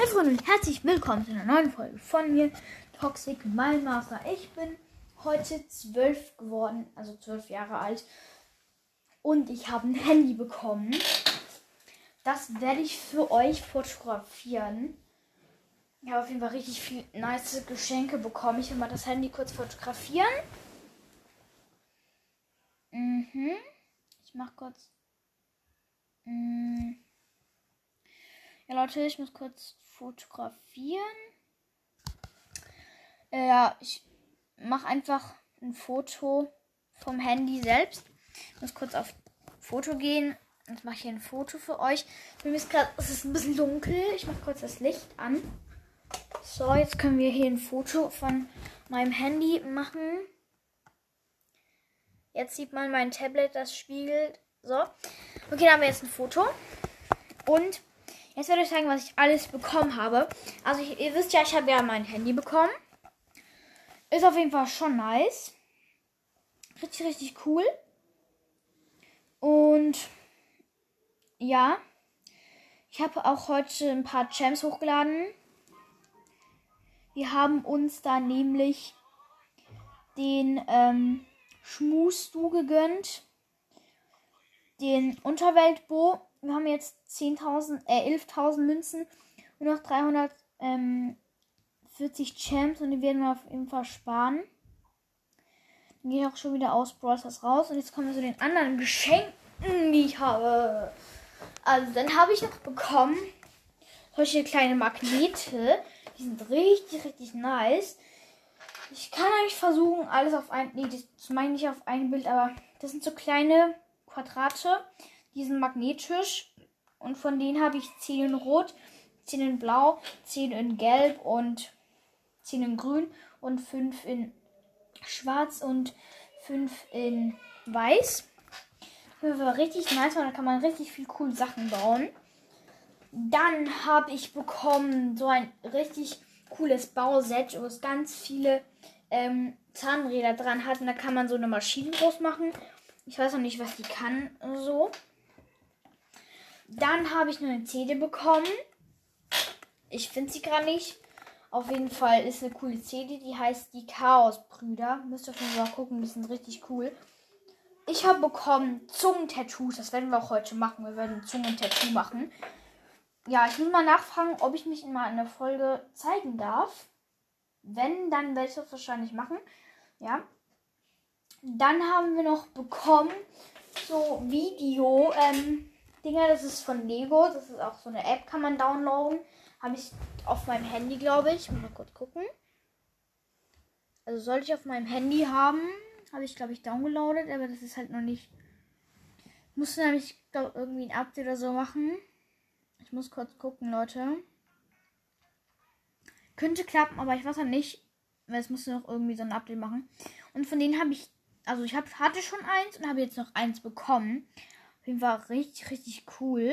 Freunde und herzlich willkommen zu einer neuen Folge von mir, Toxic Mindmaster. Ich bin heute 12 geworden, also 12 Jahre alt. Und ich habe ein Handy bekommen. Das werde ich für euch fotografieren. Ich habe auf jeden Fall richtig viel nice Geschenke bekommen. Ich will mal das Handy kurz fotografieren. Ich mache kurz... Ja, Leute, ich muss kurz fotografieren. Ja, ich mache einfach ein Foto vom Handy selbst. Ich muss kurz auf Foto gehen. Jetzt mache ich hier ein Foto für euch. Mir ist gerade, es ist ein bisschen dunkel. Ich mache kurz das Licht an. So, jetzt können wir hier ein Foto von meinem Handy machen. Jetzt sieht man mein Tablet, das spiegelt. So. Okay, da haben wir jetzt ein Foto. Und jetzt werde ich sagen, was ich alles bekommen habe. Also ihr wisst ja, ich habe ja mein Handy bekommen. Ist auf jeden Fall schon nice. Richtig, richtig cool. Und ja, ich habe auch heute ein paar Gems hochgeladen. Wir haben uns da nämlich den Schmus-Du gegönnt. Den Unterweltbo. Wir haben jetzt 11.000 Münzen und noch 340 Gems und die werden wir auf jeden Fall sparen. Dann gehe ich auch schon wieder aus Brawl Stars raus und jetzt kommen wir zu den anderen Geschenken, die ich habe. Also dann habe ich noch bekommen solche kleine Magnete. Die sind richtig, richtig nice. Ich kann eigentlich versuchen, alles auf ein... Nee, das meine ich auf ein Bild, aber das sind so kleine Quadrate. Die sind magnetisch. Und von denen habe ich 10 in Rot, 10 in Blau, 10 in Gelb und 10 in Grün und 5 in Schwarz und 5 in Weiß. Das war richtig nice, weil da kann man richtig viel coole Sachen bauen. Dann habe ich bekommen so ein richtig cooles Bauset, wo es ganz viele Zahnräder dran hat. Und da kann man so eine Maschine draus machen. Ich weiß noch nicht, was die kann. So. Dann habe ich noch eine CD bekommen. Ich finde sie gerade nicht. Auf jeden Fall ist eine coole CD. Die heißt die Chaos-Brüder. Müsst ihr auf jeden Fall gucken. Die sind richtig cool. Ich habe bekommen Zungentattoos. Das werden wir auch heute machen. Wir werden ein Zungentattoo machen. Ja, ich muss mal nachfragen, ob ich mich mal in der Folge zeigen darf. Wenn, dann werde ich das wahrscheinlich machen. Ja. Dann haben wir noch bekommen so Video-Dinger. Das ist von Lego. Das ist auch so eine App, kann man downloaden. Habe ich auf meinem Handy, glaube ich. Mal kurz gucken. Also sollte ich auf meinem Handy haben. Habe ich, glaube ich, downgeloadet. Aber das ist halt noch nicht... Ich musste nämlich, glaube irgendwie ein Update oder so machen. Ich muss kurz gucken, Leute. Könnte klappen, aber ich weiß ja nicht. Weil es musste noch irgendwie so ein Update machen. Und von denen habe ich... Also ich hatte schon eins und habe jetzt noch eins bekommen. Auf jeden Fall richtig, richtig cool.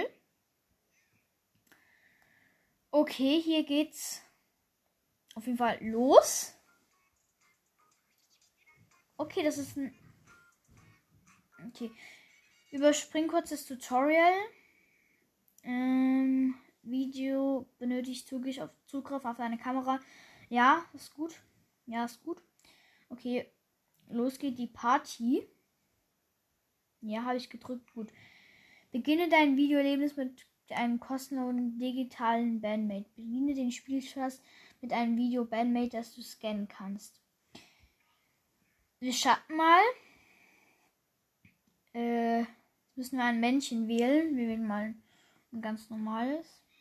Okay, hier geht's auf jeden Fall los. Okay, das ist ein... Okay. Überspring kurz das Tutorial. Video benötigt Zugriff auf deine Kamera. Ja, ist gut. Ja, ist gut. Okay, los geht die Party. Ja, habe ich gedrückt. Gut. Beginne dein Videoerlebnis mit einem kostenlosen digitalen Bandmate. Beginne den Spielspaß mit einem Video-Bandmate, das du scannen kannst. Wir starten mal. Jetzt müssen wir ein Männchen wählen. Wir wählen mal ein ganz normales.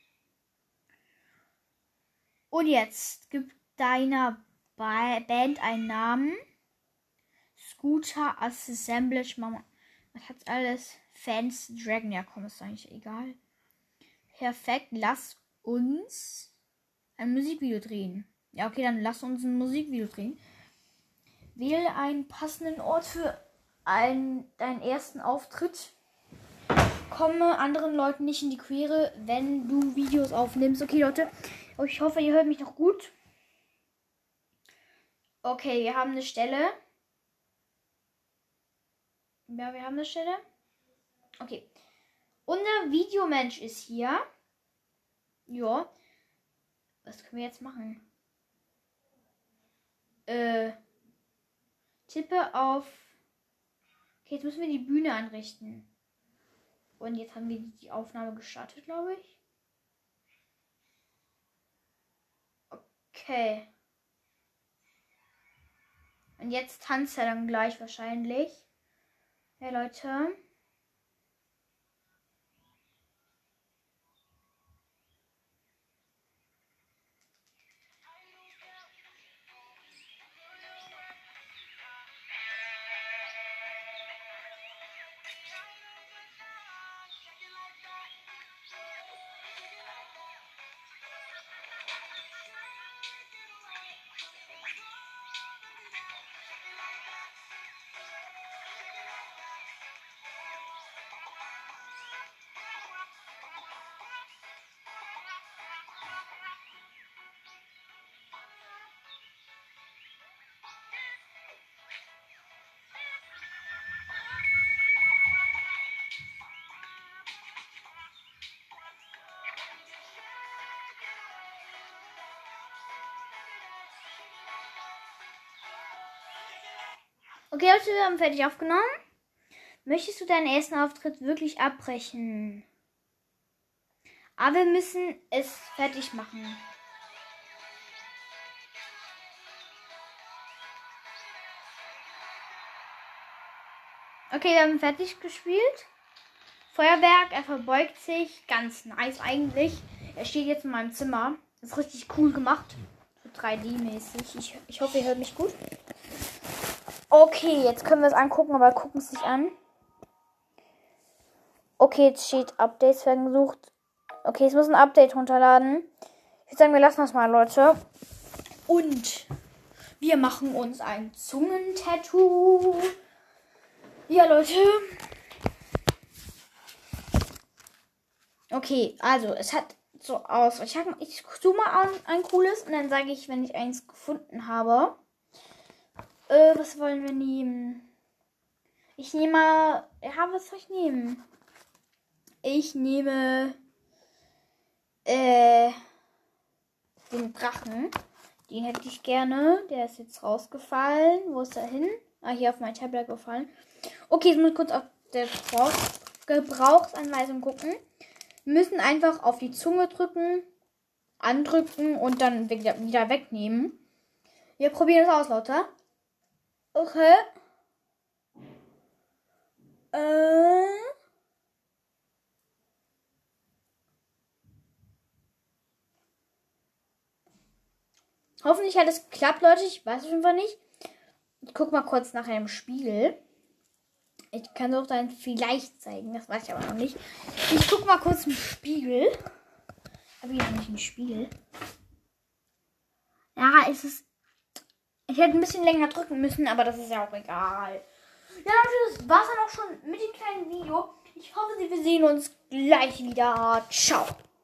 Und jetzt gib deiner Band einen Namen. Scooter Assemblage. Mama. Was hat's alles? Fans Dragon. Ja, komm, ist eigentlich egal. Perfekt. Lass uns ein Musikvideo drehen. Ja, okay, dann lass uns ein Musikvideo drehen. Wähle einen passenden Ort für deinen ersten Auftritt. Komme anderen Leuten nicht in die Quere, wenn du Videos aufnimmst. Okay, Leute, ich hoffe, ihr hört mich noch gut. Okay, wir haben eine Stelle. Ja, wir haben eine Stelle. Okay. Unser Videomensch ist hier. Ja. Was können wir jetzt machen? Tippe auf... Okay, jetzt müssen wir die Bühne anrichten. Und jetzt haben wir die Aufnahme gestartet, glaube ich. Okay. Und jetzt tanzt er dann gleich wahrscheinlich. Ja, Leute. Okay, Leute, wir haben fertig aufgenommen. Möchtest du deinen ersten Auftritt wirklich abbrechen? Aber wir müssen es fertig machen. Okay, wir haben fertig gespielt. Feuerwerk, er verbeugt sich. Ganz nice eigentlich. Er steht jetzt in meinem Zimmer. Ist richtig cool gemacht. So 3D-mäßig. Ich hoffe, ihr hört mich gut. Okay, jetzt können wir es angucken, aber gucken es nicht an. Okay, jetzt steht Updates werden gesucht. Okay, es muss ein Update runterladen. Ich würde sagen, wir lassen das mal, Leute. Und wir machen uns ein Zungentattoo. Ja, Leute. Okay, also es hat so aus. Ich suche mal ein cooles und dann sage ich, wenn ich eins gefunden habe. Was wollen wir nehmen? Ich nehme mal. Ja, was soll ich nehmen? Ich nehme den Drachen. Den hätte ich gerne. Der ist jetzt rausgefallen. Wo ist er hin? Ah, hier auf mein Tablet gefallen. Okay, jetzt muss ich kurz auf der Gebrauchsanweisung gucken. Wir müssen einfach auf die Zunge drücken, andrücken und dann wieder wegnehmen. Wir probieren es aus, Leute. Okay. Hoffentlich hat es geklappt, Leute. Ich weiß es einfach nicht. Ich gucke mal kurz nach einem Spiegel. Ich kann es auch dann vielleicht zeigen. Das weiß ich aber noch nicht. Ich gucke mal kurz im Spiegel. Habe ich noch nicht einen Spiegel? Ja, ist es. Ich hätte ein bisschen länger drücken müssen, aber das ist ja auch egal. Ja, Leute, das war's dann auch schon mit dem kleinen Video. Ich hoffe, wir sehen uns gleich wieder. Ciao.